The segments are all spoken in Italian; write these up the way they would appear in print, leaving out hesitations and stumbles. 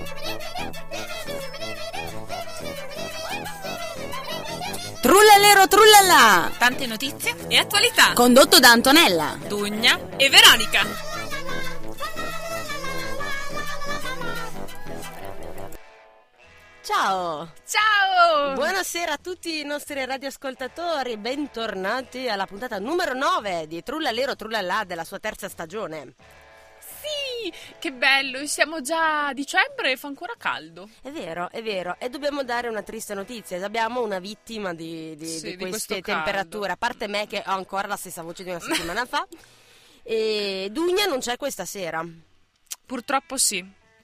Trullalero trullallà! Tante notizie e attualità. Condotto da Antonella, Dugna e Veronica. ciao! Ciao! Buonasera a tutti i nostri radioascoltatori, bentornati alla puntata numero 9 di Trullalero trullallà della sua terza stagione. Sì, che bello, siamo già a dicembre e fa ancora caldo. È vero, e dobbiamo dare una triste notizia, abbiamo una vittima di Di queste questo temperature, a parte me che ho ancora la stessa voce di una settimana fa, e Dugna non c'è questa sera. Purtroppo sì.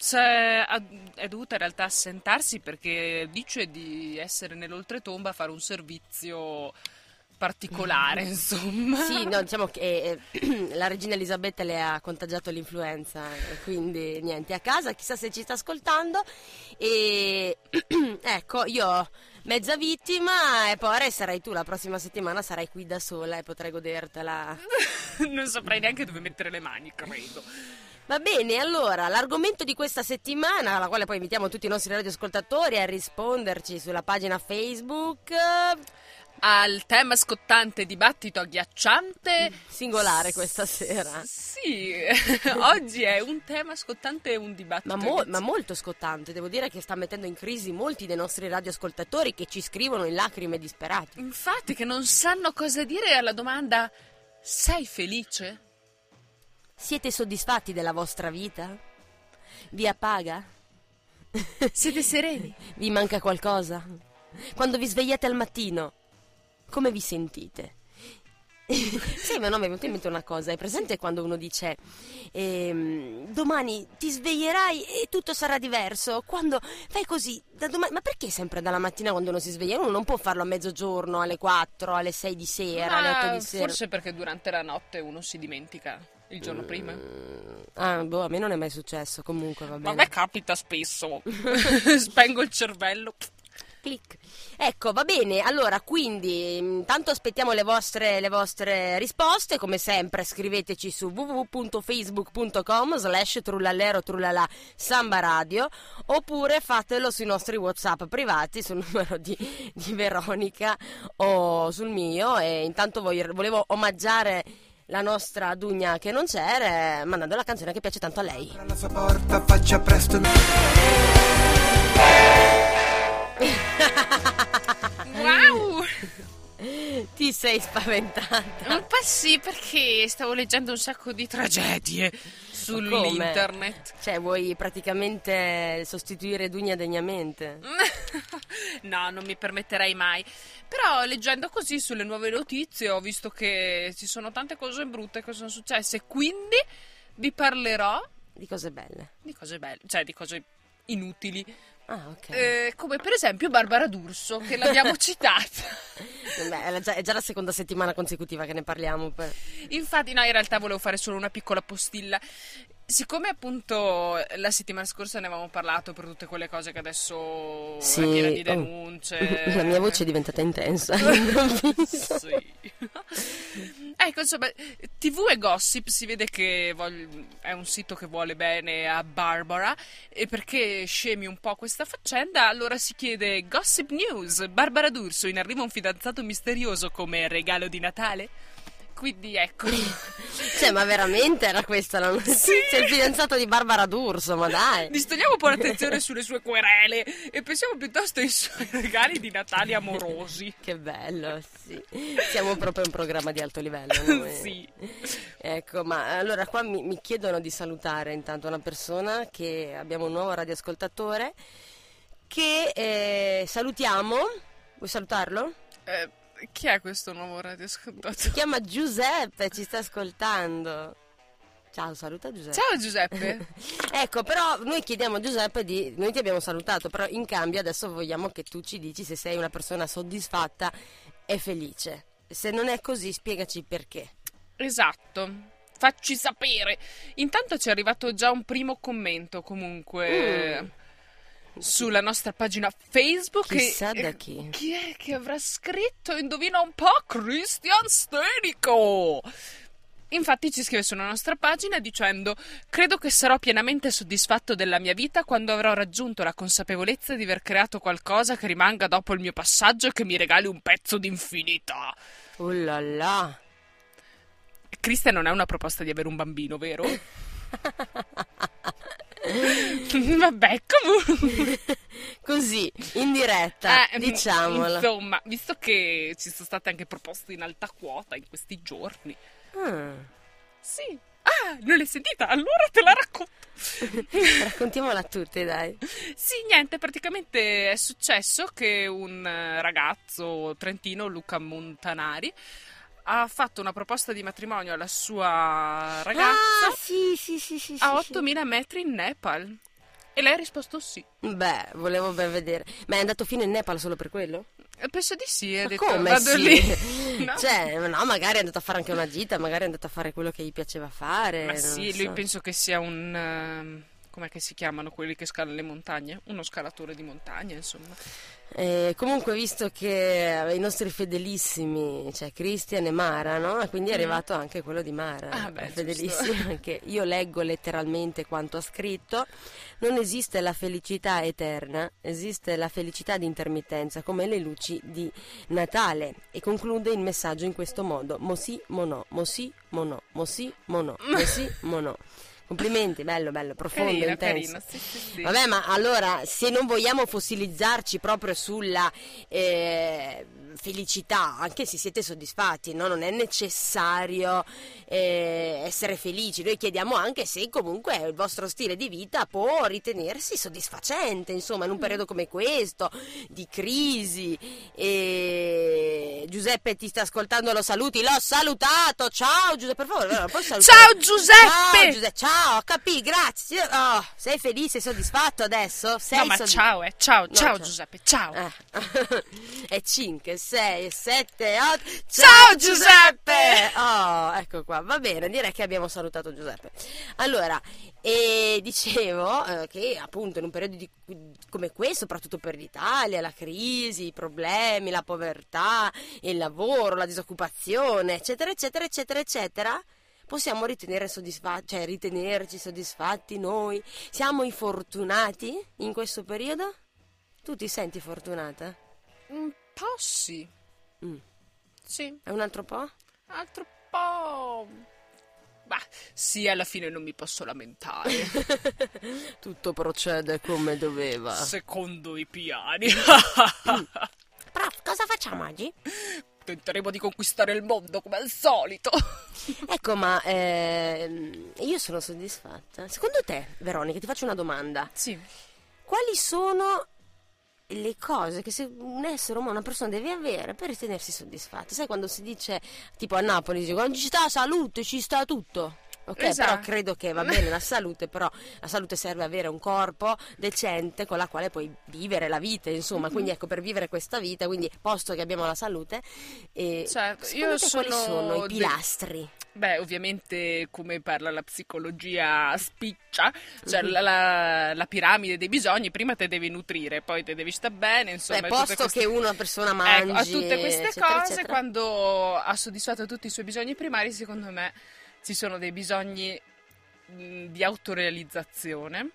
È dovuta in realtà assentarsi perché dice di essere nell'oltretomba a fare un servizio particolare, insomma. Sì, no, diciamo che la regina Elisabetta le ha contagiato l'influenza, quindi niente, a casa, chissà se ci sta ascoltando. E ecco, io mezza vittima e poi sarai tu, la prossima settimana sarai qui da sola e potrai godertela. Non saprei neanche dove mettere le mani, credo. Va bene, allora, l'argomento di questa settimana, alla quale poi invitiamo tutti i nostri radioascoltatori a risponderci sulla pagina Facebook. Al tema scottante dibattito agghiacciante. Singolare questa sera. Sì, oggi è un tema scottante e un dibattito Ma molto scottante, devo dire che sta mettendo in crisi molti dei nostri radioascoltatori che ci scrivono in lacrime disperati. Infatti, che non sanno cosa dire alla domanda: sei felice? Siete soddisfatti della vostra vita? Vi appaga? Siete sereni? Vi manca qualcosa? Quando vi svegliate al mattino, come vi sentite? Sì, ma no, mi è venuta in mente una cosa. È presente quando uno dice domani ti sveglierai e tutto sarà diverso? Quando fai così, da domani, ma perché sempre dalla mattina quando uno si sveglia? Uno non può farlo a mezzogiorno, alle 4, alle 6 di sera, alle 8 di sera. Forse perché durante la notte uno si dimentica il giorno prima. A me non è mai successo, comunque va bene. Ma a me capita spesso. Spengo il cervello. Clic. Ecco, va bene, allora quindi intanto aspettiamo le vostre risposte, come sempre scriveteci su www.facebook.com/trullallero trullallà samba radio, oppure fatelo sui nostri WhatsApp privati sul numero di Veronica o sul mio, e intanto volevo omaggiare la nostra Dugna che non c'è, mandando la canzone che piace tanto a lei. Alla sua porta faccia presto. Wow! Ti sei spaventata? Un po' sì, perché stavo leggendo un sacco di tragedie sull'internet. Cioè, vuoi praticamente sostituire Dugna degnamente? No, non mi permetterei mai. Però leggendo così sulle nuove notizie ho visto che ci sono tante cose brutte che sono successe, quindi vi parlerò Di cose belle. di cose belle, cioè di cose inutili. Ah, ok. Come per esempio Barbara D'Urso, che l'abbiamo citata. Beh, è già la seconda settimana consecutiva che ne parliamo. Infatti, no, in realtà volevo fare solo una piccola postilla. Siccome appunto la settimana scorsa ne avevamo parlato per tutte quelle cose che adesso Sì, è piena di denunce. La mia voce è diventata intensa. Sì. Ecco, insomma, TV e Gossip si vede che è un sito che vuole bene a Barbara, e perché scemi un po' questa faccenda, allora si chiede: Gossip News, Barbara D'Urso, in arrivo un fidanzato misterioso come regalo di Natale? Quindi ecco. Cioè, ma veramente era questa la notizia? Sì. Il fidanzato di Barbara D'Urso, ma dai. Distogliamo un po' l'attenzione sulle sue querele e pensiamo piuttosto ai suoi regali di Natale amorosi. Che bello, sì. Siamo proprio un programma di alto livello noi. Sì. Ecco, ma allora qua mi chiedono di salutare intanto una persona, che abbiamo un nuovo radioascoltatore che salutiamo. Vuoi salutarlo? Chi è questo nuovo radioascoltatore? Si chiama Giuseppe, ci sta ascoltando. Ciao, saluta Giuseppe. Ciao Giuseppe. Ecco, però noi chiediamo a Giuseppe noi ti abbiamo salutato, però in cambio adesso vogliamo che tu ci dici se sei una persona soddisfatta e felice. Se non è così, spiegaci perché. Esatto. Facci sapere. Intanto ci è arrivato già un primo commento comunque sulla nostra pagina Facebook. Chissà da chi. Chi è che avrà scritto? Indovina un po', Christian Stenico. Infatti ci scrive sulla nostra pagina dicendo: credo che sarò pienamente soddisfatto della mia vita quando avrò raggiunto la consapevolezza di aver creato qualcosa che rimanga dopo il mio passaggio e che mi regali un pezzo di infinità. Oh là là. Cristian non è una proposta di avere un bambino, vero? Vabbè, comunque. Così, in diretta, diciamolo. Insomma, visto che ci sono state anche proposte in alta quota in questi giorni. Sì. Ah, non l'hai sentita? Allora te la racconto. Raccontiamola a tutti, dai. Sì, niente, praticamente è successo che un ragazzo trentino, Luca Montanari, ha fatto una proposta di matrimonio alla sua ragazza a 8.000 metri in Nepal. E lei ha risposto sì. Beh, volevo ben vedere. Ma è andato fino in Nepal solo per quello? Penso di sì, ha detto come vado sì? lì. No? Cioè, no, magari è andato a fare anche una gita, magari è andato a fare quello che gli piaceva fare. Ma non sì, so. lui penso che sia un... com'è che si chiamano quelli che scalano le montagne? Uno scalatore di montagna, insomma. Comunque, visto che i nostri fedelissimi, cioè Christian e Mara, no? Quindi è arrivato anche quello di Mara. Ah, beh, fedelissimo anche. Io leggo letteralmente quanto ha scritto: non esiste la felicità eterna, esiste la felicità di intermittenza, come le luci di Natale. E conclude il messaggio in questo modo: Mosì, monò, mosì, monò, mosì, monò, mosì, monò. Complimenti, bello, profondo, Carino, intenso. carino, sì. Vabbè, ma allora, se non vogliamo fossilizzarci proprio sulla felicità, anche se siete soddisfatti, no? Non è necessario essere felici. Noi chiediamo anche se comunque il vostro stile di vita può ritenersi soddisfacente, insomma, in un periodo come questo, di crisi. Giuseppe ti sta ascoltando, lo saluti? L'ho salutato, ciao Giuseppe, per favore, lo puoi salutare? Ciao Giuseppe! Ciao Giuseppe, ciao, capì, grazie. Oh, sei felice, sei soddisfatto adesso? No, ma ciao, ciao Giuseppe, ciao. E 5, 6, 7, 8. Ciao Giuseppe! Oh, ecco qua, va bene, direi che abbiamo salutato Giuseppe. Allora, dicevo che appunto in un periodo come questo, soprattutto per l'Italia, la crisi, i problemi, la povertà, il lavoro, la disoccupazione, eccetera, eccetera, eccetera, eccetera, possiamo ritenerci soddisfatti noi? Siamo i fortunati in questo periodo? Tu ti senti fortunata? Un po' sì. Sì. E un altro po'? Altro po'... Bah, sì, alla fine non mi posso lamentare. Tutto procede come doveva. Secondo i piani. Prof, cosa facciamo oggi? Tenteremo di conquistare il mondo come al solito. Ecco, ma io sono soddisfatta. Secondo te, Veronica, ti faccio una domanda. Sì. Quali sono le cose che un essere umano, una persona deve avere per ritenersi soddisfatta? Sai, quando si dice, tipo a Napoli, quando ci sta la salute, ci sta tutto. Ok, esatto. Però credo che va bene la salute, però la salute serve avere un corpo decente con la quale puoi vivere la vita, insomma. Quindi ecco, per vivere questa vita, quindi posto che abbiamo la salute, certo, secondo te quali sono i pilastri? Beh, ovviamente, come parla la psicologia spiccia, cioè la piramide dei bisogni, prima te devi nutrire, poi te devi stare bene, insomma. Posto che una persona mangi, a tutte queste eccetera, cose, eccetera. Quando ha soddisfatto tutti i suoi bisogni primari, secondo me ci sono dei bisogni di autorealizzazione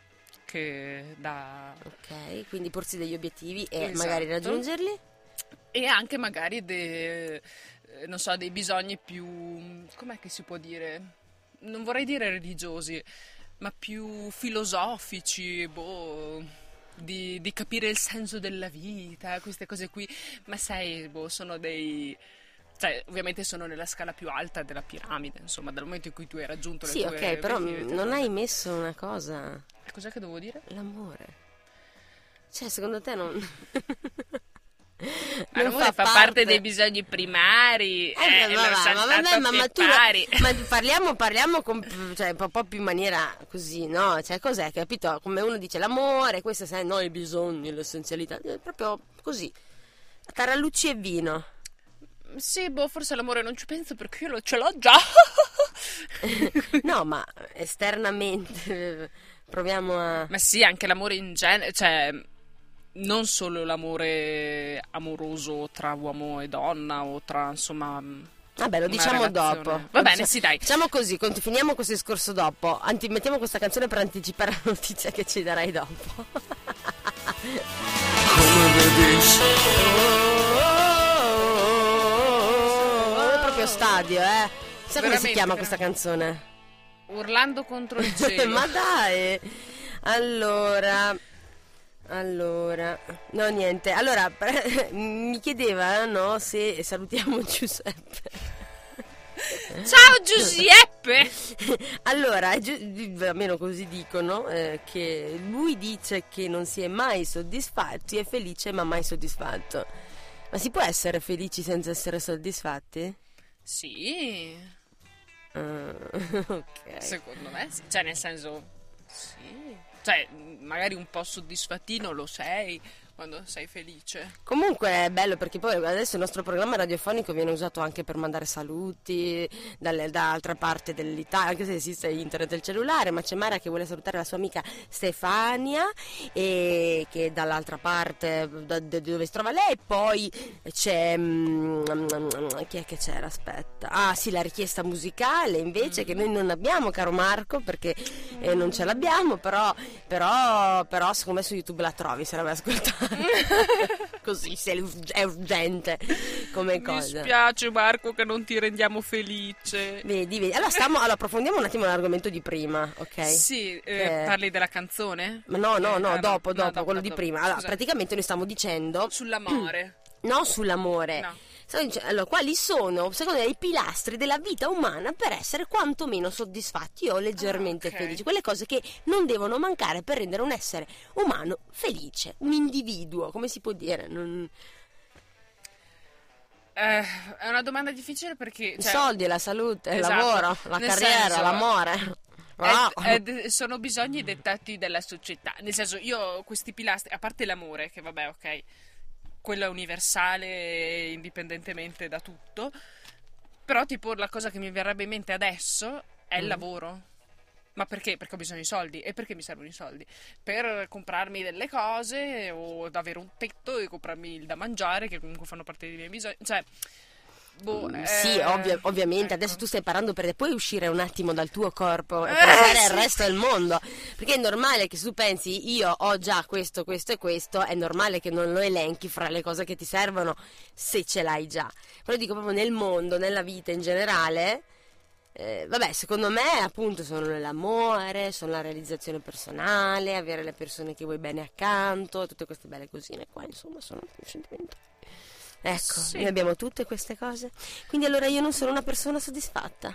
che dà... Ok, quindi porsi degli obiettivi e Esatto. magari raggiungerli? E anche magari non so, dei bisogni più, com'è che si può dire? Non vorrei dire religiosi, ma più filosofici, di capire il senso della vita, queste cose qui. Ma sai, sono dei... Cioè, ovviamente sono nella scala più alta della piramide, insomma, dal momento in cui tu hai raggiunto le Sì, tue ok, però obiettivi, non hai messo una cosa. E cos'è che devo dire? L'amore. Cioè, secondo te non... Ma l'amore fa parte dei bisogni primari, ma parliamo cioè, un po' più in maniera così, no? Cioè, cos'è, capito? Come uno dice l'amore, questo sai, no, i bisogni, l'essenzialità, è proprio così. Tarallucci e vino. Sì, forse l'amore non ci penso perché io ce l'ho già. No, ma esternamente proviamo a... Ma sì, anche l'amore in genere, cioè non solo l'amore amoroso tra uomo e donna o tra, insomma, Vabbè, lo diciamo dopo. Va bene, sì, dai. Facciamo così, finiamo questo discorso dopo. Mettiamo questa canzone per anticipare la notizia che ci darai dopo. Come vedi, È proprio stadio, Sai come si Veramente, chiama questa canzone? Urlando contro il cielo. Ma dai! Allora, no, niente. Allora, mi chiedeva, no, se salutiamo Giuseppe. Ciao Giuseppe! Allora, almeno così dicono, che lui dice che non si è mai soddisfatti, è felice ma mai soddisfatto. Ma si può essere felici senza essere soddisfatti? Sì, Ok. secondo me sì. Cioè, nel senso, sì. Cioè, magari un po' soddisfattino lo sei quando sei felice. Comunque è bello perché poi adesso il nostro programma radiofonico viene usato anche per mandare saluti da altra parte dell'Italia, anche se esiste internet del cellulare, ma c'è Mara che vuole salutare la sua amica Stefania e che dall'altra parte dove si trova lei, poi c'è chi è che c'era? Aspetta. Ah sì, la richiesta musicale invece che noi non abbiamo, caro Marco, perché non ce l'abbiamo, però secondo me su YouTube la trovi se la vuoi ascoltare. Così se è urgente come cosa. Mi spiace Marco che non ti rendiamo felice. Vedi. Allora approfondiamo un attimo l'argomento di prima, ok? Sì, parli della canzone? Ma no, dopo, dopo, quello di prima. Allora, Scusa. praticamente noi stiamo dicendo Sull'amore. no sull'amore. No. Allora, quali sono, secondo me, i pilastri della vita umana per essere quantomeno soddisfatti o leggermente ok. felici? Quelle cose che non devono mancare per rendere un essere umano felice, un individuo, come si può dire? È una domanda difficile perché... I cioè, soldi, la salute, il esatto. lavoro, la Nel carriera, senso, l'amore. Ah. sono bisogni dettati dalla società. Nel senso, io questi pilastri, a parte l'amore, che vabbè, ok, quello è universale indipendentemente da tutto, però tipo la cosa che mi verrebbe in mente adesso è il lavoro. Ma perché? Perché ho bisogno di soldi. E perché mi servono i soldi? Per comprarmi delle cose o ad avere un tetto e comprarmi il da mangiare, che comunque fanno parte dei miei bisogni. Cioè, sì, ovviamente. ecco. Adesso tu stai parlando perché puoi uscire un attimo dal tuo corpo e pensare al sì. resto del mondo. Perché è normale che tu pensi, io ho già questo, questo e questo, è normale che non lo elenchi fra le cose che ti servono se ce l'hai già. Però dico proprio nel mondo, nella vita in generale. Vabbè, secondo me appunto sono l'amore, sono la realizzazione personale, avere le persone che vuoi bene accanto, tutte queste belle cosine qua, insomma, sono sentimenti. Ecco, Sì. noi abbiamo tutte queste cose. Quindi allora io non sono una persona soddisfatta.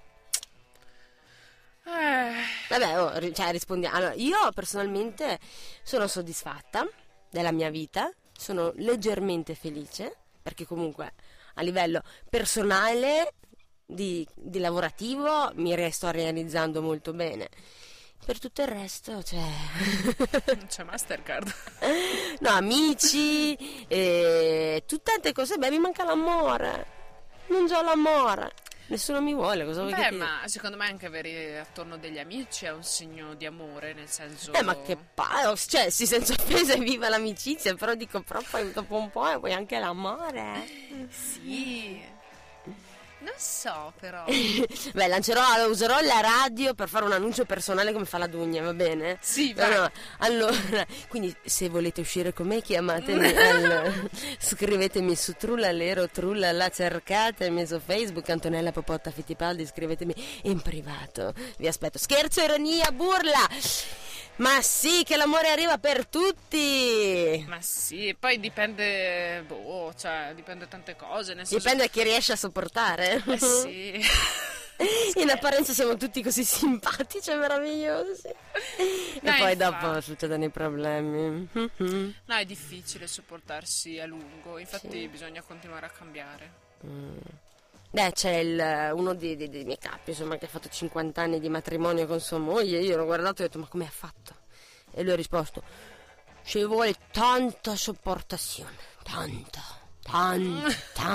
Vabbè, rispondiamo. Allora, io personalmente sono soddisfatta della mia vita, sono leggermente felice, perché comunque a livello personale di lavorativo mi sto realizzando molto bene. Per tutto il resto C'è Mastercard. no, amici, tante cose, beh, mi manca l'amore, non c'ho l'amore, nessuno mi vuole, cosa vuoi che Beh, ti dica? ma secondo me anche avere attorno degli amici è un segno di amore, nel senso... Ma che cioè, sì, senza offesa, viva l'amicizia, però dico, però poi dopo un po' vuoi anche l'amore. Sì... Non so, però... Beh, userò la radio per fare un annuncio personale come fa la Dugna, va bene? Sì, vai. No. Allora, quindi se volete uscire con me chiamatemi, scrivetemi su Trullalero, Trullala, cercatemi su Facebook, Antonella Popotta Fittipaldi, scrivetemi in privato, vi aspetto. Scherzo, ironia, burla! Ma sì, che l'amore arriva per tutti! Ma sì, poi dipende, cioè, dipende tante cose, nel senso... Dipende da chi riesce a sopportare. sì. In apparenza siamo tutti così simpatici e meravigliosi. E No, poi infatti. dopo succedono i problemi. No, è difficile sopportarsi a lungo, infatti bisogna continuare a cambiare. Beh, c'è uno dei miei capi, insomma, che ha fatto 50 anni di matrimonio con sua moglie. Io l'ho guardato e ho detto, ma come ha fatto? E lui ha risposto, ci vuole tanta sopportazione. Tanta. Ma non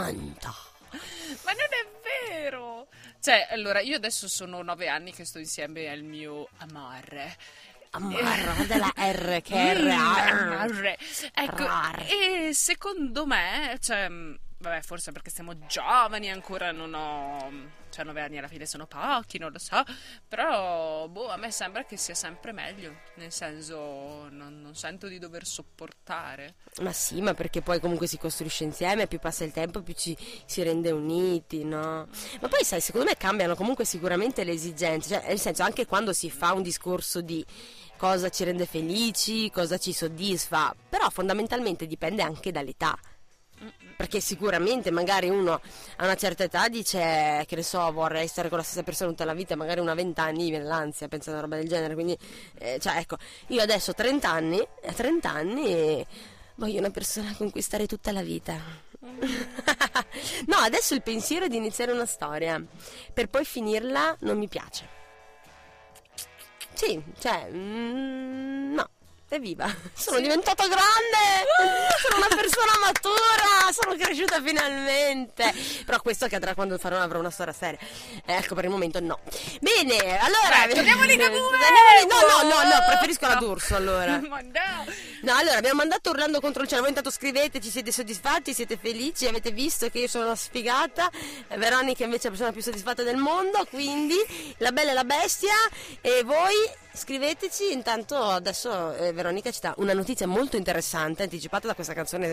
è vero! Cioè, allora, io adesso sono 9 anni che sto insieme al mio amore Amar, della R che è R. Ecco, Rar. e secondo me, cioè, vabbè, forse perché siamo giovani ancora, non ho, cioè 9 anni alla fine sono pochi, non lo so, però a me sembra che sia sempre meglio, nel senso non sento di dover sopportare. Ma sì, ma perché poi comunque si costruisce insieme, più passa il tempo, più ci si rende uniti, no? Ma poi sai, secondo me cambiano comunque sicuramente le esigenze, cioè nel senso anche quando si fa un discorso di cosa ci rende felici, cosa ci soddisfa, però fondamentalmente dipende anche dall'età. Perché sicuramente magari uno a una certa età dice, che ne so, vorrei stare con la stessa persona tutta la vita, magari una 20 anni gli viene l'ansia, pensa a una roba del genere, quindi cioè ecco, io adesso ho 30 anni, a 30 anni voglio una persona con cui stare tutta la vita. No, adesso il pensiero è di iniziare una storia per poi finirla non mi piace. Sì, cioè, no. Evviva, sono diventata grande, sono una persona matura, sono cresciuta finalmente. Però questo accadrà quando avrò una storia seria. Ecco, per il momento no. Bene, allora torniamo a Ligabue! No, preferisco la D'Urso allora. Ma no! No, allora abbiamo mandato Urlando contro il cielo. Voi intanto scriveteci, siete soddisfatti, siete felici, avete visto che io sono una sfigata, Veronica invece è la persona più soddisfatta del mondo, quindi la bella e la bestia. E voi scriveteci. Intanto adesso Veronica ci dà una notizia molto interessante anticipata da questa canzone,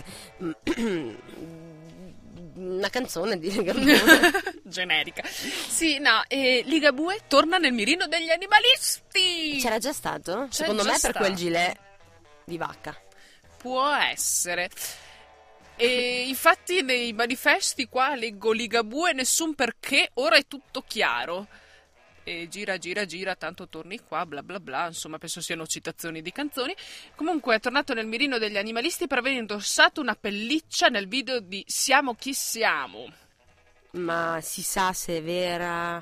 una canzone di Ligabue generica. Sì, no, Ligabue torna nel mirino degli animalisti. c'era già stato? Secondo già me per stato. quel gilet di vacca. Può essere. E infatti nei manifesti qua leggo Ligabue nessun perché, ora è tutto chiaro. E gira, tanto torni qua, bla bla bla, insomma penso siano citazioni di canzoni. Comunque è tornato nel mirino degli animalisti per aver indossato una pelliccia nel video di Siamo chi siamo. Ma si sa se è vera?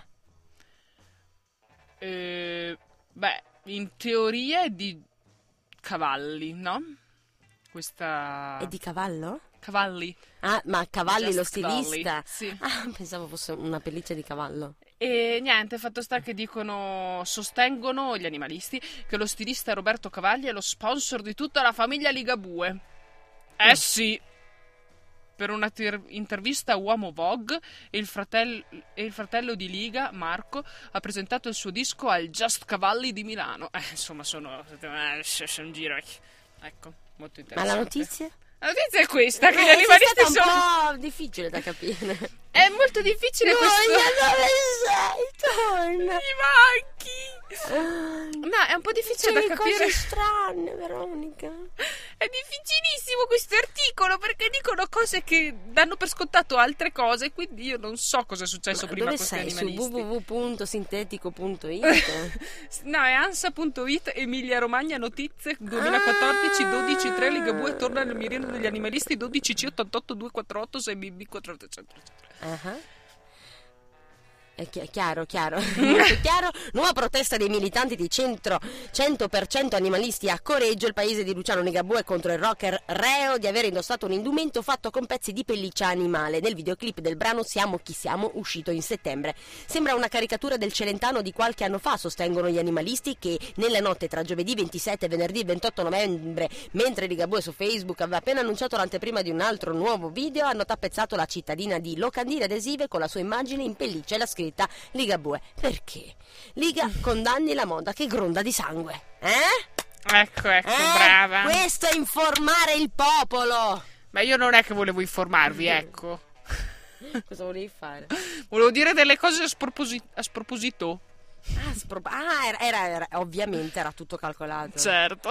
Beh, in teoria è di cavalli, no? Questa... È di cavallo? Cavalli. Ah, ma Cavalli Just lo stilista? Cavalli, sì. Ah, pensavo fosse una pelliccia di cavallo. E niente, fatto sta che sostengono gli animalisti che lo stilista Roberto Cavalli è lo sponsor di tutta la famiglia Ligabue. Sì. Per una intervista a Uomo Vogue, il fratello di Liga, Marco, ha presentato il suo disco al Just Cavalli di Milano. Insomma, sono un giro. Ecco, molto interessante. Ma la notizia? La notizia è questa, che gli animalisti è sono... un po' difficile da capire. È molto difficile questo... Dove sei? Torna. I manchi! No, è un po' difficile da capire. Cose strane, Veronica. È difficilissimo questo articolo perché dicono cose che danno per scontato altre cose, quindi io non so cosa è successo prima dove con questi sei? animalisti. Su www.sintetico.it? No, è ansa.it, Emilia Romagna, notizie 2014, 12.3, Ligabue torna nel mirino degli animalisti, 12C88 248 6BB 400. È chiaro, molto chiaro. Nuova protesta dei militanti di 100% animalisti a Coreggio, il paese di Luciano Ligabue, contro il rocker reo di aver indossato un indumento fatto con pezzi di pelliccia animale. Nel videoclip del brano Siamo chi siamo, uscito in settembre. Sembra una caricatura del Celentano di qualche anno fa, sostengono gli animalisti, che nella notte tra giovedì 27 e venerdì 28 novembre, mentre Ligabue su Facebook aveva appena annunciato l'anteprima di un altro nuovo video, hanno tappezzato la cittadina di locandine adesive con la sua immagine in pelliccia e la scritta Ligabue. Perché? Liga condanni la moda che gronda di sangue. Ecco, brava. Questo è informare il popolo. Ma io non è che volevo informarvi, ecco. Cosa volevi fare? Volevo dire delle cose a sproposito. Era ovviamente era tutto calcolato. Certo.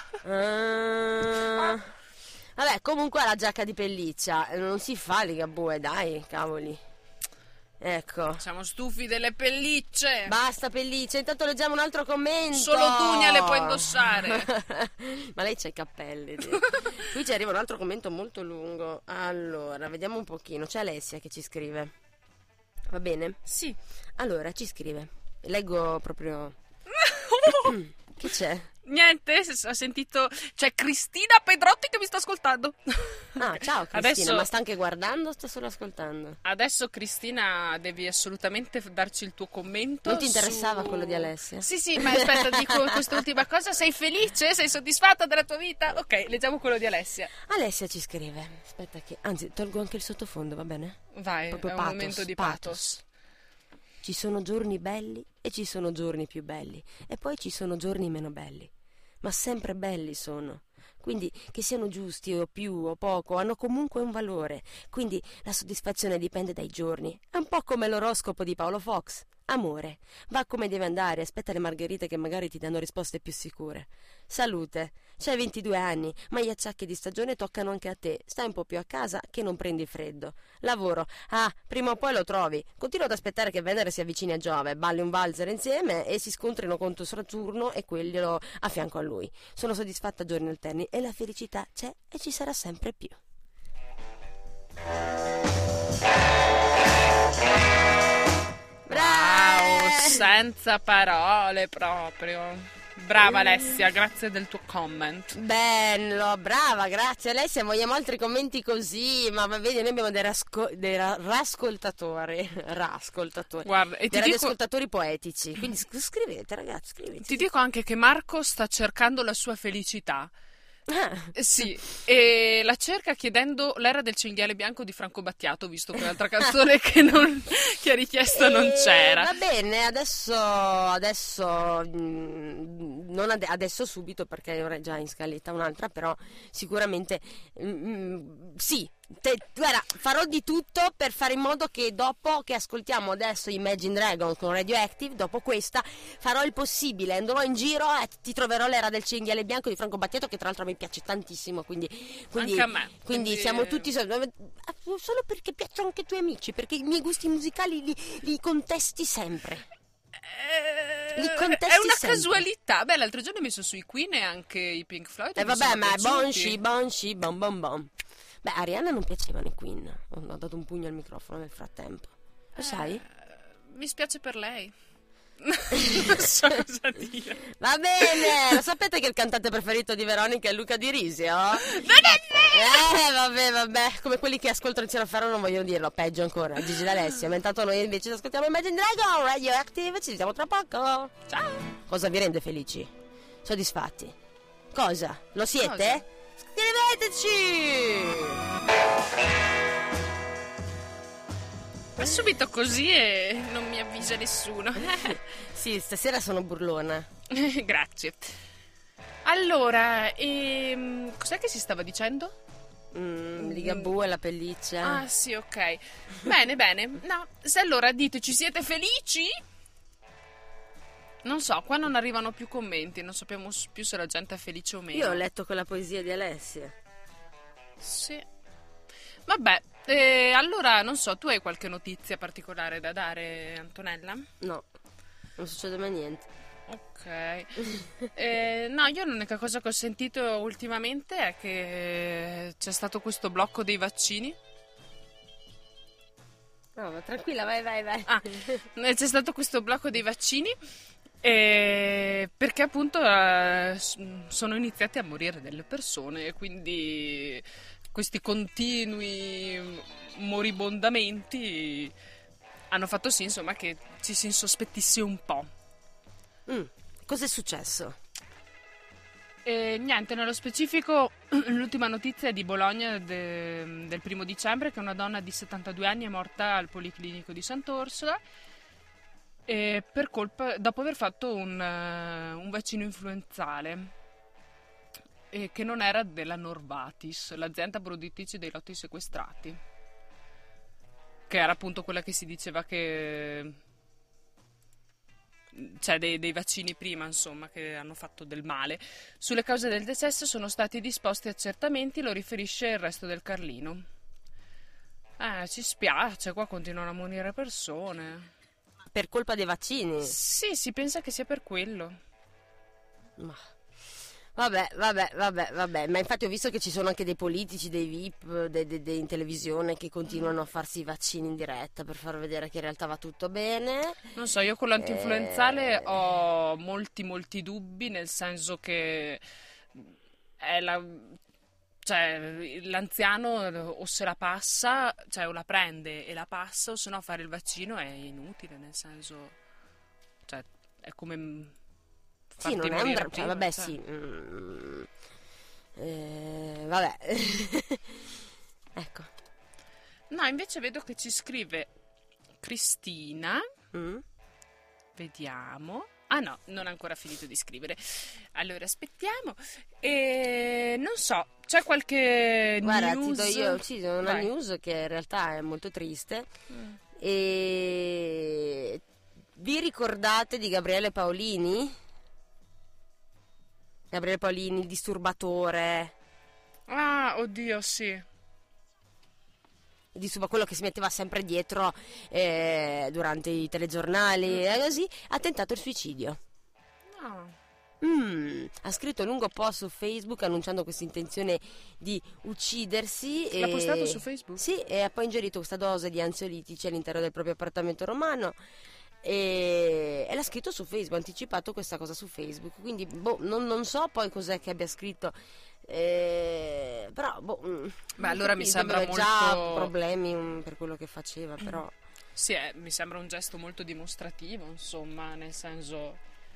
Vabbè, comunque la giacca di pelliccia non si fa Ligabue, dai, cavoli. Ecco. Siamo stufi delle pellicce. Basta pellicce, intanto leggiamo un altro commento. Solo Dunia le può indossare. Ma lei c'ha i cappelli. Qui ci arriva un altro commento molto lungo. Allora, vediamo un pochino. C'è Alessia che ci scrive. Va bene? Sì. Allora, ci scrive. Leggo proprio... Che c'è? Niente, ho sentito... C'è Cristina Pedrotti che mi sta ascoltando. Ah, ciao Cristina, Adesso- ma sta anche guardando o sta solo ascoltando? Adesso Cristina devi assolutamente darci il tuo commento. Non ti interessava quello di Alessia? Sì, ma aspetta, dico quest'ultima cosa. Sei felice? Sei soddisfatta della tua vita? Ok, leggiamo quello di Alessia. Alessia ci scrive, aspetta che... Anzi, tolgo anche il sottofondo, va bene? Vai, Proprio è un pathos, momento di pathos. pathos. Ci sono giorni belli e ci sono giorni più belli e poi ci sono giorni meno belli, ma sempre belli sono. Quindi che siano giusti o più o poco hanno comunque un valore, quindi la soddisfazione dipende dai giorni. È un po' come l'oroscopo di Paolo Fox. Amore, va come deve andare, aspetta le margherite che magari ti danno risposte più sicure. Salute, c'hai 22 anni, ma gli acciacchi di stagione toccano anche a te, stai un po' più a casa che non prendi freddo. Lavoro, prima o poi lo trovi. Continua ad aspettare che Venere si avvicini a Giove, balli un valzer insieme e si scontrino contro Saturno e quello a fianco a lui. Sono soddisfatta a giorni alterni e la felicità c'è e ci sarà sempre più. Wow, senza parole proprio. Brava Alessia, grazie del tuo comment. Bello, brava, grazie Alessia, vogliamo altri commenti così, ma vedi, noi abbiamo dei rascoltatori, Guarda, e dei ti dico, radioascoltatori poetici, quindi scrivete ragazzi, scrivete. ti dico anche che Marco sta cercando la sua felicità. Ah. Sì, e la cerca chiedendo l'era del cinghiale bianco di Franco Battiato, visto che l'altra canzone che ha richiesto non c'era. Va bene, adesso non adesso subito perché ora è già in scaletta un'altra, però sicuramente sì. Guarda, farò di tutto per fare in modo che dopo che ascoltiamo adesso Imagine Dragon con Radioactive, dopo questa farò il possibile, andrò in giro e ti troverò l'era del cinghiale bianco di Franco Battiato, che tra l'altro mi piace tantissimo, quindi Anche a me. quindi siamo tutti solo perché piacciono anche ai tuoi amici, perché i miei gusti musicali li contesti sempre. Li contesti È una sempre. casualità. Beh, l'altro giorno ho messo sui Queen e anche i Pink Floyd. mi Vabbè, sono ma piaciuti. Bonci, bom bom bom. Beh, a Arianna non piacevano i Queen. Ho dato un pugno al microfono nel frattempo. Lo sai? Mi spiace per lei. Non so cosa dire. Va bene, lo sapete che il cantante preferito di Veronica è Luca Di Risio? Non è vero! Vabbè, come quelli che ascoltano Tiziano Ferro non vogliono dirlo, peggio ancora, Gigi D'Alessio, ma intanto noi invece ascoltiamo Imagine Dragon, Radioactive, ci vediamo tra poco. Ciao! Cosa vi rende felici? Soddisfatti? Cosa? Lo siete? Cosa? Scriveteci! Ma subito così e non mi avvisa nessuno. Sì, stasera sono burlona. Grazie. Allora, cos'è che si stava dicendo? Ligabue, la pelliccia. Ah, sì, ok. Bene. No, se allora diteci, siete felici? Non so, qua non arrivano più commenti, non sappiamo più se la gente è felice o meno. Io ho letto quella poesia di Alessia. Sì. Vabbè, allora non so, tu hai qualche notizia particolare da dare, Antonella? No, non succede mai niente. Ok. No, io l'unica cosa che ho sentito ultimamente è che c'è stato questo blocco dei vaccini. No, ma tranquilla, vai. Ah, c'è stato questo blocco dei vaccini perché appunto sono iniziate a morire delle persone e quindi questi continui moribondamenti hanno fatto sì, insomma, che ci si insospettisse un po'. Cos'è successo? E niente, nello specifico l'ultima notizia è di Bologna del 1° dicembre, che una donna di 72 anni è morta al Policlinico di Sant'Orsola dopo aver fatto un vaccino influenzale che non era della Novartis, l'azienda produttrice dei lotti sequestrati, che era appunto quella che si diceva che cioè dei vaccini prima, insomma, che hanno fatto del male. Sulle cause del decesso sono stati disposti accertamenti, lo riferisce il Resto del Carlino. Ci spiace, qua continuano a morire persone. Per colpa dei vaccini? Sì, si pensa che sia per quello. Ma Vabbè, ma infatti ho visto che ci sono anche dei politici, dei VIP in televisione che continuano a farsi i vaccini in diretta per far vedere che in realtà va tutto bene. Non so, io con l'antinfluenzale ho molti dubbi, nel senso che è cioè, l'anziano o se la passa, cioè o la prende e la passa, o se no fare il vaccino è inutile, nel senso, cioè è come Sì, non farti è un morire cioè, prima, vabbè, cioè. sì. Vabbè. Ecco. No, invece vedo che ci scrive Cristina. Mm. Vediamo. Ah no, non ha ancora finito di scrivere. Allora aspettiamo. E non so, c'è qualche Guarda, news? ti do io, sì, una Vai. news che in realtà è molto triste. Mm. E vi ricordate di Gabriele Paolini? Gabriele Paolini, il disturbatore, Ah, oddio, sì. quello che si metteva sempre dietro durante i telegiornali e così, ha tentato il suicidio. No. Ha scritto un lungo post su Facebook annunciando questa intenzione di uccidersi. L'ha postato su Facebook? Sì, e ha poi ingerito questa dose di ansiolitici all'interno del proprio appartamento romano. E l'ha scritto su Facebook, ha anticipato questa cosa su Facebook. Quindi non so poi cos'è che abbia scritto. Però Beh, allora mi sembra aveva già molto problemi per quello che faceva, però. Sì, mi sembra un gesto molto dimostrativo, insomma, nel senso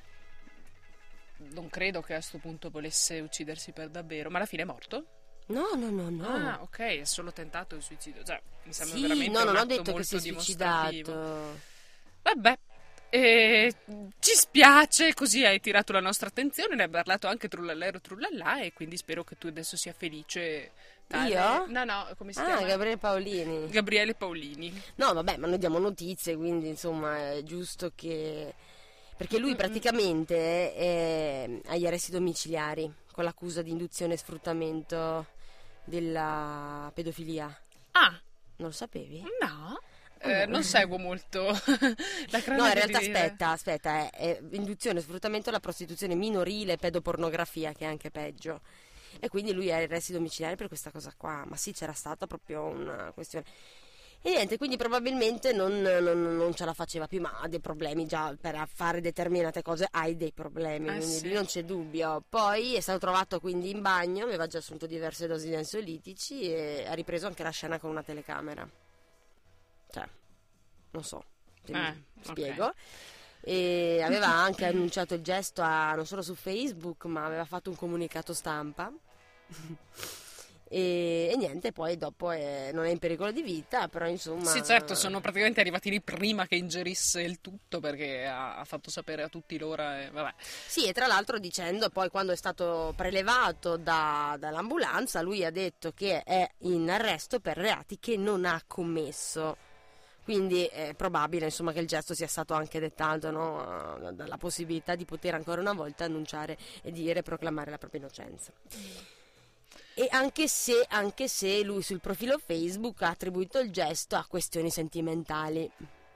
non credo che a sto punto volesse uccidersi per davvero, ma alla fine è morto? No. Ah, ok, è solo tentato il suicidio. Cioè, mi sembra Sì, veramente no, non un ho atto detto che si molto è dimostrativo. suicidato. Vabbè, ci spiace, così hai tirato la nostra attenzione, ne hai parlato anche trullallero trullallà e quindi spero che tu adesso sia felice. Io? No, come si Ah, chiama? Gabriele Paolini. Gabriele Paolini. No, vabbè, ma noi diamo notizie, quindi insomma è giusto che. Perché lui praticamente è agli arresti domiciliari con l'accusa di induzione e sfruttamento della pedofilia. Ah, Non lo sapevi? no. Non seguo molto la cronaca. No, in realtà di- aspetta, è induzione e sfruttamento alla prostituzione minorile e pedopornografia, che è anche peggio. E quindi lui è agli arresti domiciliari per questa cosa qua. Ma sì, c'era stata proprio una questione. E niente, quindi probabilmente non ce la faceva più, ma ha dei problemi già per fare determinate cose, hai dei problemi, quindi sì. lì non c'è dubbio. Poi è stato trovato quindi in bagno, aveva già assunto diverse dosi di ansiolitici e ha ripreso anche la scena con una telecamera. Cioè, non so, se mi spiego. ok. E aveva anche annunciato il gesto non solo su Facebook, ma aveva fatto un comunicato stampa. E niente, poi dopo non è in pericolo di vita, però insomma. Sì, certo, sono praticamente arrivati lì prima che ingerisse il tutto perché ha fatto sapere a tutti l'ora e vabbè. Sì, e tra l'altro dicendo poi quando è stato prelevato dall'ambulanza, lui ha detto che è in arresto per reati che non ha commesso. Quindi è probabile insomma che il gesto sia stato anche dettato, no? Dalla possibilità di poter ancora una volta annunciare e dire proclamare la propria innocenza. E anche se lui sul profilo Facebook ha attribuito il gesto a questioni sentimentali.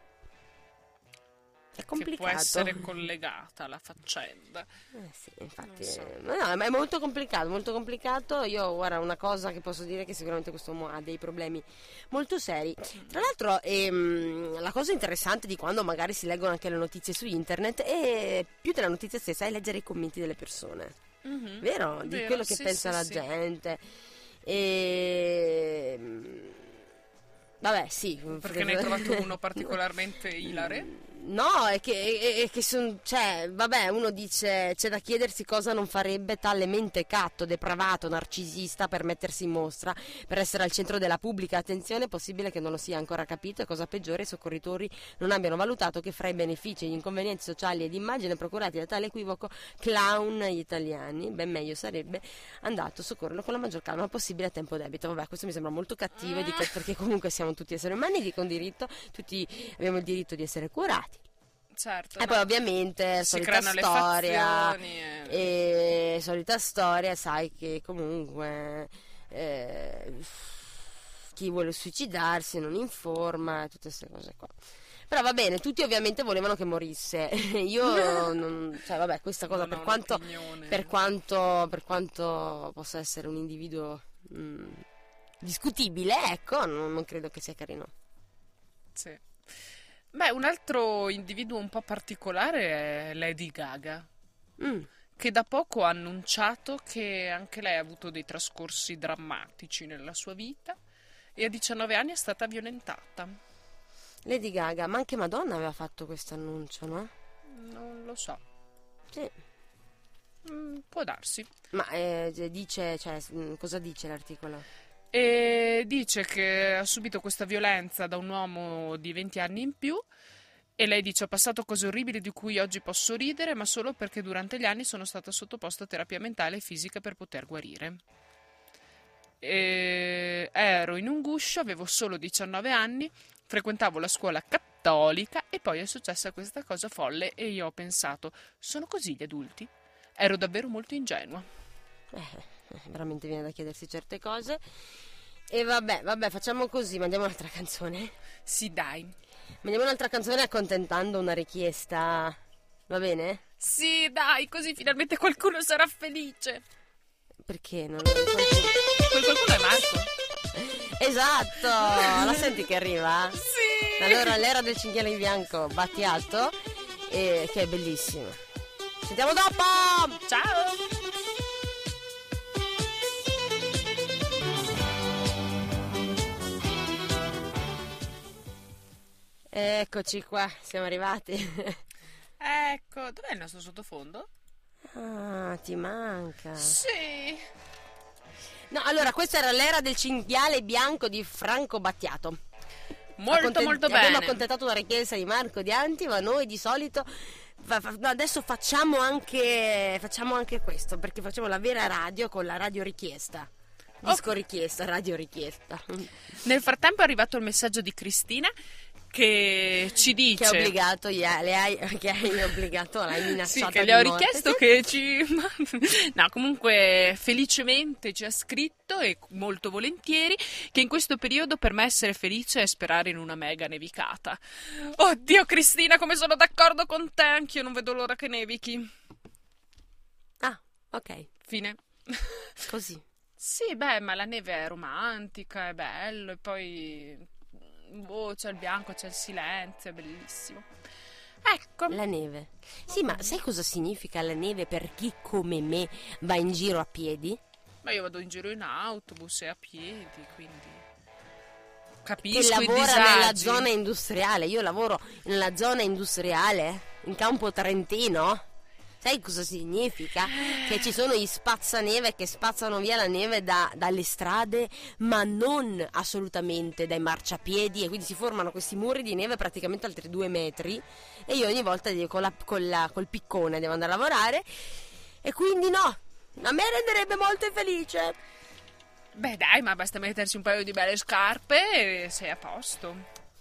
È complicato. Che può essere collegata alla faccenda. Sì, infatti, Non so. no, ma è molto complicato, molto complicato. Io, guarda, una cosa che posso dire è che sicuramente quest'uomo ha dei problemi molto seri. Tra l'altro, la cosa interessante di quando magari si leggono anche le notizie su internet è più della notizia stessa, è leggere i commenti delle persone. Mhm. Vero? Di Vero, quello che sì, pensa sì, la sì. gente. E. Vabbè, sì. Perché ne hai trovato uno particolarmente ilare? No, è che cioè, vabbè, uno dice, c'è da chiedersi cosa non farebbe tale mentecatto, depravato, narcisista per mettersi in mostra, per essere al centro della pubblica attenzione. È possibile che non lo sia ancora capito, e cosa peggiore, i soccorritori non abbiano valutato che fra i benefici e gli inconvenienti sociali e di immagine procurati da tale equivoco clown agli italiani, ben meglio sarebbe andato a soccorrerlo con la maggior calma possibile a tempo debito. Vabbè, questo mi sembra molto cattivo, perché comunque siamo tutti esseri umani, dico un diritto, tutti abbiamo il diritto di essere curati. Certo. E poi ovviamente si solita creano le storia fazioni e solita storia, sai che comunque chi vuole suicidarsi non informa, tutte queste cose qua. Però va bene, tutti ovviamente volevano che morisse. Io non, cioè vabbè, questa cosa Non per ho quanto, un'opinione. per quanto possa essere un individuo discutibile, ecco, non credo che sia carino. Sì. Beh, un altro individuo un po' particolare è Lady Gaga, Mm. che da poco ha annunciato che anche lei ha avuto dei trascorsi drammatici nella sua vita e a 19 anni è stata violentata. Lady Gaga, ma anche Madonna aveva fatto questo annuncio, no? Non lo so. Sì. Può darsi. Ma dice, cioè, cosa dice l'articolo? E dice che ha subito questa violenza da un uomo di 20 anni in più e lei dice: ho passato cose orribili di cui oggi posso ridere, ma solo perché durante gli anni sono stata sottoposta a terapia mentale e fisica per poter guarire. Ero in un guscio, avevo solo 19 anni, frequentavo la scuola cattolica e poi è successa questa cosa folle e io ho pensato: sono così gli adulti? Ero davvero molto ingenua. Veramente viene da chiedersi certe cose. E vabbè, facciamo così, mandiamo un'altra canzone. Sì, dai. Mandiamo un'altra canzone accontentando una richiesta. Va bene? Sì, dai, così finalmente qualcuno sarà felice. Perché non... Quel qualcuno è Marco. Esatto! La senti che arriva? Sì! Allora, l'era del cinghiale bianco, batti alto, che è bellissimo. Sentiamo dopo! Ciao! Eccoci qua, siamo arrivati. Ecco, dov'è il nostro sottofondo? Ah, ti manca. Sì. No, allora, questa era l'era del cinghiale bianco di Franco Battiato. Molto molto Abbiamo bene. accontentato una richiesta di Marco Dianti, ma noi di solito no, adesso facciamo anche questo, perché facciamo la vera radio con la radio richiesta. Disco richiesta, radio richiesta. Nel frattempo è arrivato il messaggio di Cristina che ci dice... Che hai obbligato, l'hai minacciata. Sì, che di le ho morte. richiesto che ci... No, comunque felicemente ci ha scritto e molto volentieri che in questo periodo per me essere felice è sperare in una mega nevicata. Oddio Cristina, come sono d'accordo con te, anch'io non vedo l'ora che nevichi. Ah, ok, Fine. così. Sì, beh, ma la neve è romantica, è bello, e poi c'è il bianco, c'è il silenzio, è bellissimo. Ecco. La neve. Sì, ma sai cosa significa la neve per chi come me va in giro a piedi? Ma io vado in giro in autobus e a piedi, quindi Che capisco i lavora nella disagi. zona industriale. Io lavoro nella zona industriale, in Campo Trentino. Sai cosa significa? Che ci sono gli spazzaneve che spazzano via la neve dalle strade, ma non assolutamente dai marciapiedi, e quindi si formano questi muri di neve praticamente altri 2 metri, e io ogni volta col piccone devo andare a lavorare, e quindi no, a me renderebbe molto infelice. Beh dai, ma basta mettersi un paio di belle scarpe e sei a posto.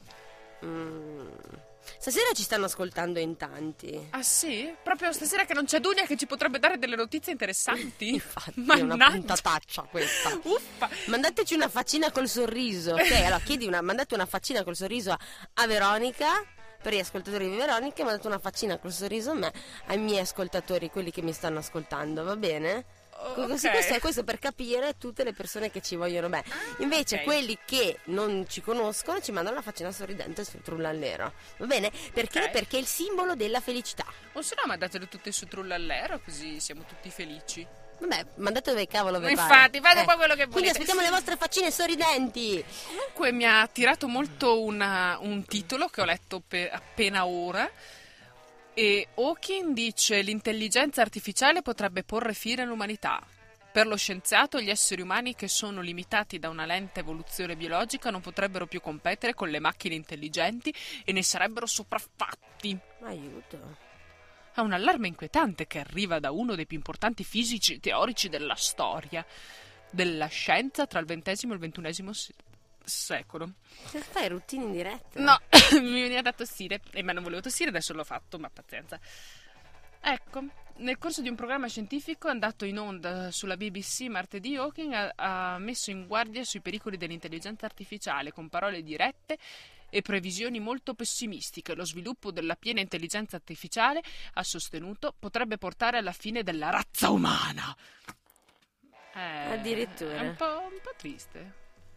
Stasera ci stanno ascoltando in tanti. Ah sì? Proprio stasera che non c'è Dunia che ci potrebbe dare delle notizie interessanti? Infatti è una Mannaggia. puntataccia questa. Uffa. Mandateci una faccina col sorriso, ok? Allora mandate una faccina col sorriso a Veronica, per gli ascoltatori di Veronica, e mandate una faccina col sorriso a me, ai miei ascoltatori, quelli che mi stanno ascoltando, va bene? Così Ok. questo è per capire tutte le persone che ci vogliono bene. Invece ok. quelli che non ci conoscono ci mandano la faccina sorridente sul trullallero, va bene? Perché? Ok. Perché è il simbolo della felicità. O se no mandatele tutte su Trullallero così siamo tutti felici. Vabbè, mandate dove cavolo vi Infatti, pare. fate un po' quello che Quindi volete. aspettiamo le vostre faccine sorridenti. Comunque mi ha attirato molto un titolo che ho letto appena ora. E Hawking dice: l'intelligenza artificiale potrebbe porre fine all'umanità. Per lo scienziato, gli esseri umani che sono limitati da una lenta evoluzione biologica non potrebbero più competere con le macchine intelligenti e ne sarebbero sopraffatti. Aiuto. È un allarme inquietante che arriva da uno dei più importanti fisici teorici della storia della scienza tra il XX e il XXI secolo. Che fai, ruttini in diretta? No, mi veniva da tossire, ma non volevo tossire, adesso l'ho fatto, ma pazienza. Ecco, Nel corso di un programma scientifico andato in onda sulla BBC martedì, Hawking ha messo in guardia sui pericoli dell'intelligenza artificiale con parole dirette e previsioni molto pessimistiche. Lo sviluppo della piena intelligenza artificiale, ha sostenuto, potrebbe portare alla fine della razza umana. Addirittura. È un po' triste.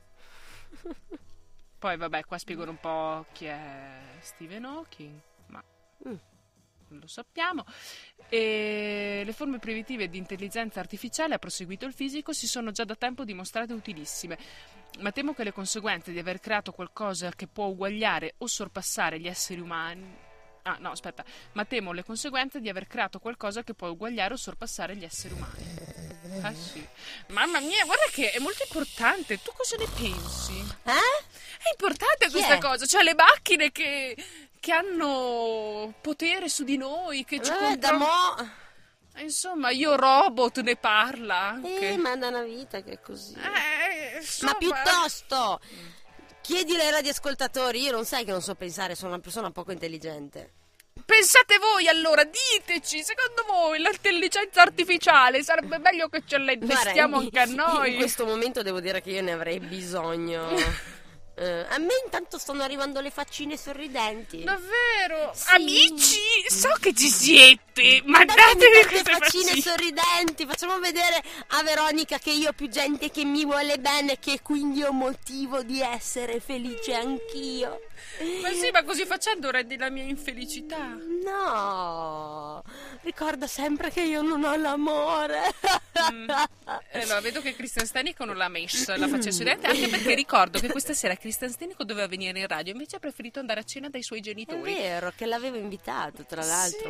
Poi vabbè, qua spiegano un po' chi è Stephen Hawking, ma non lo sappiamo. E le forme primitive di intelligenza artificiale, ha proseguito il fisico, si sono già da tempo dimostrate utilissime, ma temo che le conseguenze di aver creato qualcosa che può uguagliare o sorpassare gli esseri umani. Ma temo le conseguenze di aver creato qualcosa che può uguagliare o sorpassare gli esseri umani. Sì. Mamma mia, guarda che è molto importante. Tu cosa ne pensi? È importante questa cosa. Cioè, le macchine che hanno potere su di noi, che ci controllano. Insomma, Io Robot ne parla anche. Ma da una vita che è così. Insomma. Ma piuttosto chiedile ai radioascoltatori, io non sai che non so pensare, sono una persona poco intelligente. Pensate voi allora, diteci, secondo voi l'intelligenza artificiale sarebbe meglio che ce la investiamo anche a noi? In questo momento devo dire che io ne avrei bisogno. A me intanto stanno arrivando le faccine sorridenti. Davvero? Sì. Amici, so che ci siete, mandatevi queste faccine sorridenti. Facciamo vedere a Veronica che io ho più gente che mi vuole bene, che quindi ho motivo di essere felice anch'io. Ma sì, ma così facendo rendi la mia infelicità. No, ricorda sempre che io non ho l'amore. Allora, vedo che Christian Stanico non l'ha messa la faccia sorridente, anche perché ricordo che questa sera Christian Stanico doveva venire in radio, invece ha preferito andare a cena dai suoi genitori. È vero, che l'avevo invitato, tra l'altro.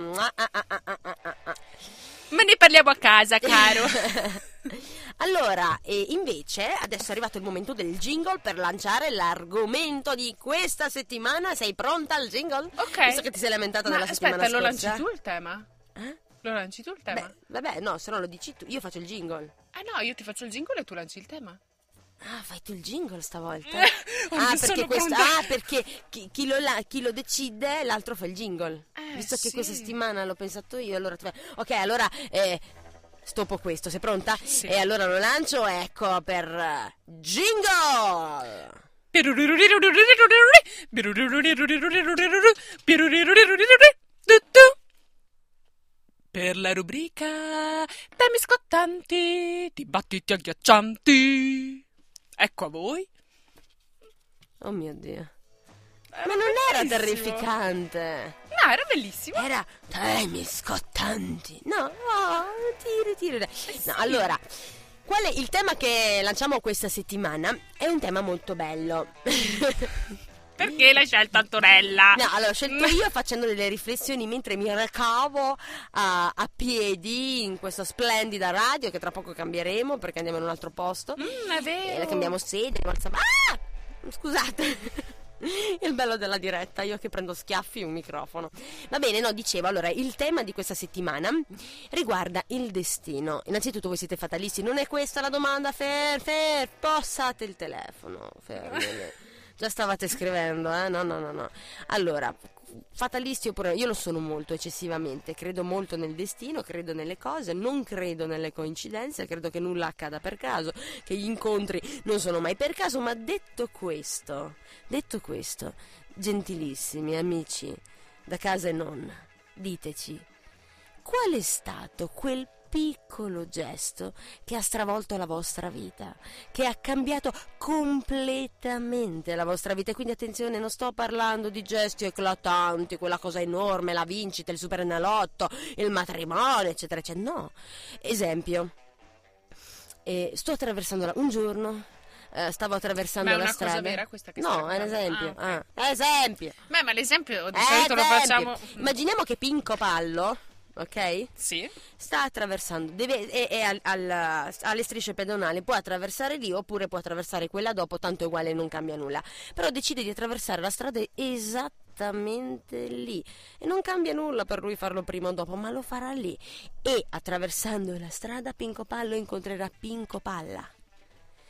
Sì. Ma ne parliamo a casa, caro. Allora, invece, adesso è arrivato il momento del jingle per lanciare l'argomento di questa settimana. Sei pronta al jingle? Ok. Visto che ti sei lamentata della settimana scorsa. Aspetta, lo lanci scorsa. tu il tema? Lo lanci tu il tema? Vabbè, no, se no lo dici tu. Io faccio il jingle. No, io ti faccio il jingle e tu lanci il tema. Fai tu il jingle stavolta? Perché perché chi lo decide, l'altro fa il jingle. Visto che questa settimana l'ho pensato io, allora ok, allora stoppo questo, sei pronta? Sì. E allora lo lancio, ecco, per jingle! Per la rubrica temi scottanti, dibattiti agghiaccianti. Ecco a voi. Oh mio Dio. Ma non era terrificante. No, era bellissimo. Era temi scottanti. No, tiri. No, allora, qual è il tema che lanciamo questa settimana? È un tema molto bello. Perché l'hai scelta, Antonella? No, allora ho scelto io facendo delle riflessioni mentre mi recavo a piedi in questa splendida radio che tra poco cambieremo perché andiamo in un altro posto. È vero. E cambiamo sede. Scusate. Il bello della diretta, io che prendo schiaffi in un microfono. Va bene, no, dicevo, allora, il tema di questa settimana riguarda il destino. Innanzitutto voi siete fatalisti, non è questa la domanda, passate il telefono, Già stavate scrivendo, No. Allora, fatalisti oppure io lo sono molto, eccessivamente. Credo molto nel destino, credo nelle cose, non credo nelle coincidenze, credo che nulla accada per caso, che gli incontri non sono mai per caso. Ma detto questo, gentilissimi amici da casa e non, diteci, qual è stato quel piccolo gesto che ha stravolto la vostra vita, che ha cambiato completamente la vostra vita? E quindi attenzione, non sto parlando di gesti eclatanti, quella cosa enorme, la vincita, il Superenalotto, il matrimonio, eccetera eccetera. No, esempio, sto attraversando un giorno stavo attraversando la strada. Ma è una cosa vera questa che no, è un esempio. Okay. Esempio. Ma l'esempio di solito lo facciamo. Immaginiamo che Pinco Pallo, ok? Sì. Sta attraversando, è alle strisce pedonali, può attraversare lì oppure può attraversare quella dopo, tanto è uguale, non cambia nulla. Però decide di attraversare la strada esattamente lì e non cambia nulla per lui farlo prima o dopo, ma lo farà lì. E attraversando la strada Pinco Pallo incontrerà Pinco Palla.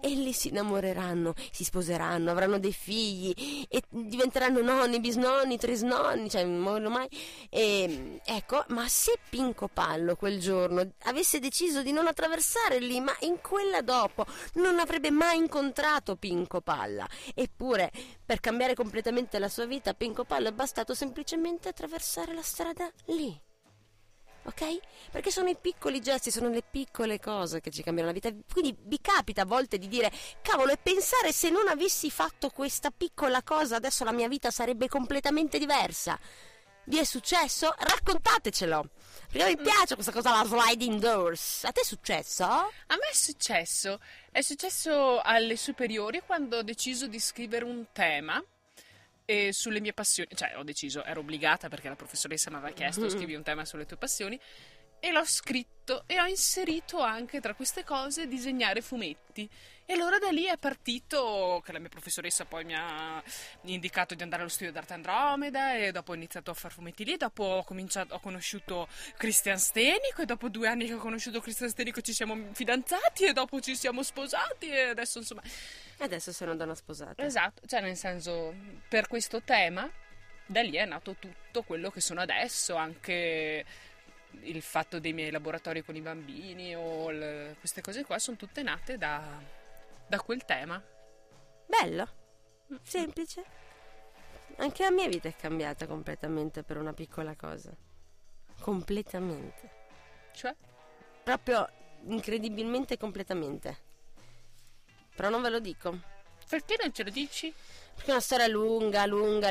e lì si innamoreranno, si sposeranno, avranno dei figli e diventeranno nonni, bisnonni, trisnonni, cioè non morirò mai. E ecco, ma se Pinco Pallo quel giorno avesse deciso di non attraversare lì, ma in quella dopo non avrebbe mai incontrato Pinco Palla. Eppure, per cambiare completamente la sua vita, Pinco Pallo è bastato semplicemente attraversare la strada lì. Ok? Perché sono i piccoli gesti, sono le piccole cose che ci cambiano la vita. Quindi vi capita a volte di dire: cavolo, e pensare, se non avessi fatto questa piccola cosa adesso la mia vita sarebbe completamente diversa. Vi è successo? Raccontatecelo, perché mi piace questa cosa, la sliding doors. A te è successo? A me è successo alle superiori, quando ho deciso di scrivere un tema sulle mie passioni. Cioè, ero obbligata perché la professoressa mi aveva chiesto: scrivi un tema sulle tue passioni, e l'ho scritto, e ho inserito anche tra queste cose disegnare fumetti. E allora da lì è partito che la mia professoressa poi mi ha indicato di andare allo studio d'arte Andromeda, e dopo ho iniziato a fare fumetti lì. Dopo ho conosciuto Christian Stenico, e dopo 2 anni che ho conosciuto Christian Stenico ci siamo fidanzati, e dopo ci siamo sposati, e adesso insomma... Adesso sono donna sposata. Esatto, cioè nel senso, per questo tema da lì è nato tutto quello che sono adesso, anche il fatto dei miei laboratori con i bambini o queste cose qua sono tutte nate da quel tema. Bello, semplice. Anche la mia vita è cambiata completamente per una piccola cosa. Completamente. Cioè? Proprio incredibilmente completamente. Però non ve lo dico. Perché non ce lo dici? Perché è una storia lunga.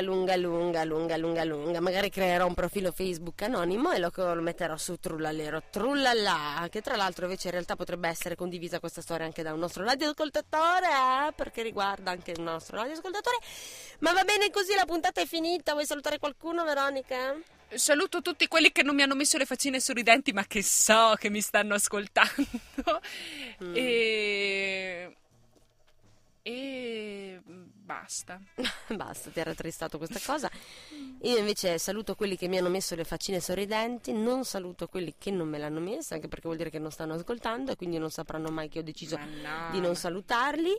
Magari creerò un profilo Facebook anonimo e lo metterò su Trullalero Trullalla, che tra l'altro invece in realtà potrebbe essere condivisa questa storia anche da un nostro radioascoltatore, perché riguarda anche il nostro radioascoltatore. Ma va bene così, la puntata è finita. Vuoi salutare qualcuno, Veronica? Saluto tutti quelli che non mi hanno messo le faccine sorridenti, ma che so che mi stanno ascoltando. E basta. Basta, ti ha rattristato questa cosa. Io invece saluto quelli che mi hanno messo le faccine sorridenti, non saluto quelli che non me l'hanno messa, anche perché vuol dire che non stanno ascoltando e quindi non sapranno mai che ho deciso di non salutarli.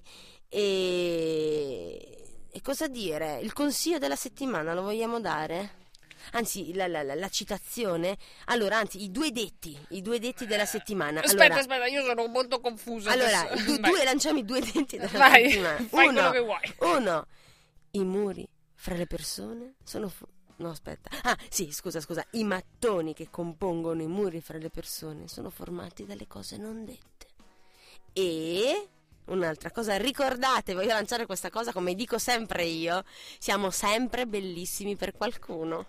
E cosa dire? Il consiglio della settimana lo vogliamo dare? Anzi, la citazione. Allora, anzi, i due detti della settimana. Aspetta, io sono molto confusa. Allora, lanciamo i 2 detti della settimana. Fai quello che vuoi. 1. I muri fra le persone sono... No, aspetta. Ah, sì, scusa. I mattoni che compongono i muri fra le persone sono formati dalle cose non dette. E... un'altra cosa, ricordate, voglio lanciare questa cosa come dico sempre io: siamo sempre bellissimi per qualcuno.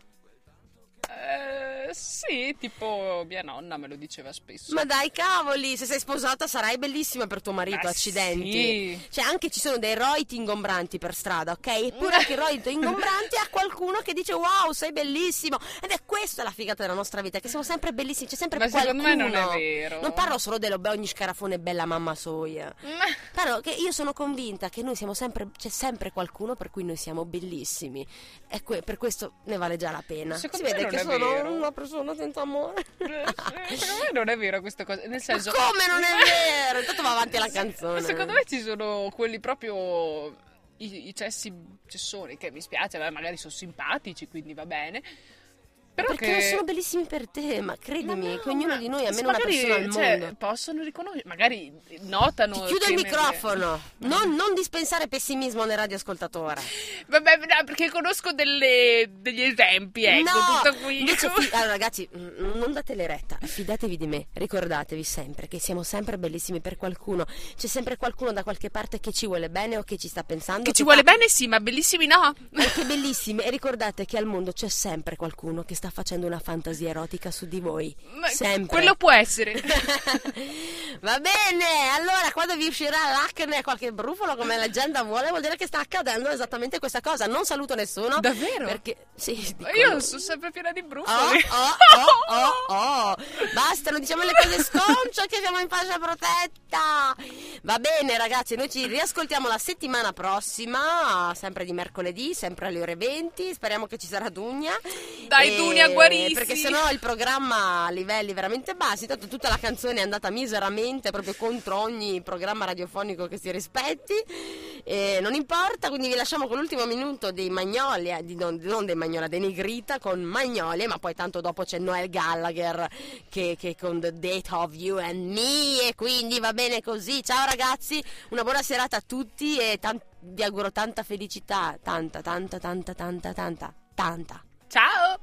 Sì, tipo mia nonna me lo diceva spesso. Ma dai, cavoli, se sei sposata sarai bellissima per tuo marito, accidenti. Sì. Cioè, anche ci sono dei roiti ingombranti per strada, ok? Eppure anche i roiti ingombranti ha qualcuno che dice: wow, sei bellissimo. Ed è questa la figata della nostra vita, che siamo sempre bellissimi, c'è sempre qualcuno. Ma secondo me non è vero. Non parlo solo ogni scarafone bella mamma soia. Parlo che io sono convinta che noi siamo sempre, c'è sempre qualcuno per cui noi siamo bellissimi. E per questo ne vale già la pena. Secondo si vede che sono vero. una persona senza amore. Secondo me non è vero questa cosa. Nel senso... Ma come non è vero? Intanto va avanti la canzone. Secondo me ci sono quelli proprio i cessoni che mi spiace, magari sono simpatici, quindi va bene. Però perché non sono bellissimi per te, ma credimi, che ognuno di noi è almeno una magari, persona al mondo. Possono riconoscere, magari notano. Ti chiudo il microfono. Non dispensare pessimismo nel radioascoltatore. Vabbè, no, perché conosco degli esempi, ecco, no, tutto qui. Invece, allora ragazzi, non datele retta, fidatevi di me, ricordatevi sempre che siamo sempre bellissimi per qualcuno. C'è sempre qualcuno da qualche parte che ci vuole bene o che ci sta pensando. Che ci vuole bene, sì, ma bellissimi no. Anche bellissimi. E ricordate che al mondo c'è sempre qualcuno che sta facendo una fantasia erotica su di voi. Sempre. Quello può essere. Va bene, allora quando vi uscirà l'acne e qualche brufolo come la leggenda vuol dire che sta accadendo esattamente questa cosa. Non saluto nessuno. Davvero? Perché sì, io sono sempre piena di brufoli. Basta, non diciamo le cose sconce che siamo in fascia protetta. Va bene ragazzi, noi ci riascoltiamo la settimana prossima, sempre di mercoledì, sempre alle ore 20. Speriamo che ci sarà Dunia. Dai Dunia, guarisci! Perché sennò il programma a livelli veramente bassi. Tanto tutta la canzone è andata miseramente, proprio contro ogni programma radiofonico che si rispetti. Non importa, quindi vi lasciamo con l'ultimo minuto dei Magnolia, non dei Magnolia, dei Negrita con Magnolia, ma poi tanto dopo c'è Noel Gallagher che con The Date of You and Me, e quindi va bene così. Ciao ragazzi, una buona serata a tutti e vi auguro tanta felicità, tanta. Ciao!